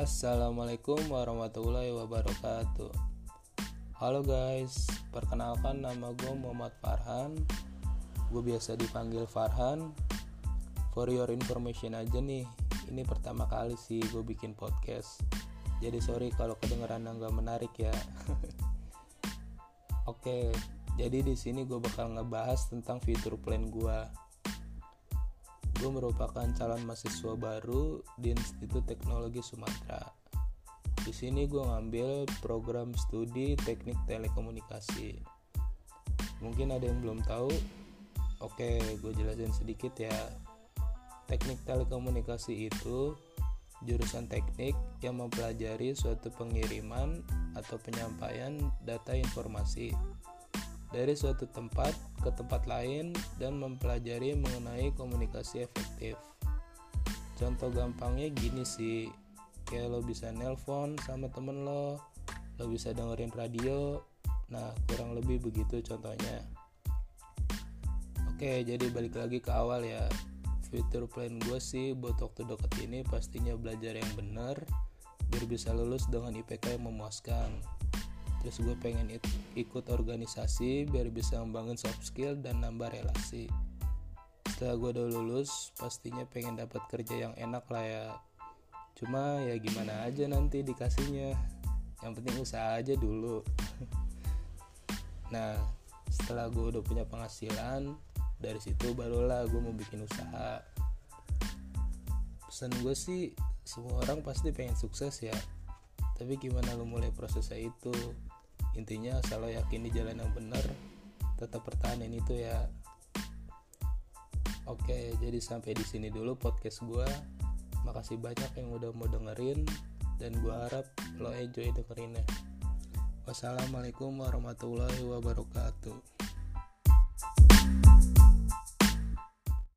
Assalamualaikum warahmatullahi wabarakatuh. Halo guys, perkenalkan nama gue Muhammad Farhan. Gue biasa dipanggil Farhan. For your information aja nih, ini pertama kali sih gue bikin podcast. Jadi sorry kalau kedengeran nggak menarik ya. Oke, jadi di sini gue bakal ngebahas tentang future plan gue. Gue merupakan calon mahasiswa baru di Institut Teknologi Sumatera. Di sini gue ngambil program studi teknik telekomunikasi. Mungkin ada yang belum tahu. Oke, gue jelasin sedikit ya. Teknik telekomunikasi itu jurusan teknik yang mempelajari suatu pengiriman atau penyampaian data informasi dari suatu tempat ke tempat lain dan mempelajari mengenai komunikasi efektif. Contoh gampangnya gini sih, kayak lo bisa nelpon sama temen lo bisa dengerin radio. Nah, kurang lebih begitu contohnya. Oke, jadi balik lagi ke awal ya. Future plan gue sih buat waktu deket ini pastinya belajar yang benar biar bisa lulus dengan IPK yang memuaskan. Terus gue pengen ikut organisasi biar bisa membangun soft skill dan nambah relasi. Setelah gue udah lulus, pastinya pengen dapat kerja yang enak lah ya. Cuma ya gimana aja nanti dikasihnya. Yang penting usaha aja dulu. Nah, setelah gue udah punya penghasilan, dari situ barulah gue mau bikin usaha. Pesan gue sih, semua orang pasti pengen sukses ya. Tapi gimana lo mulai prosesnya itu? Intinya asal lo yakin di jalan yang benar, tetap pertahanin itu ya. Oke, jadi sampai di sini dulu podcast gue. Makasih banyak yang udah mau dengerin, dan gue harap lo enjoy dengerinnya. Wassalamualaikum warahmatullahi wabarakatuh.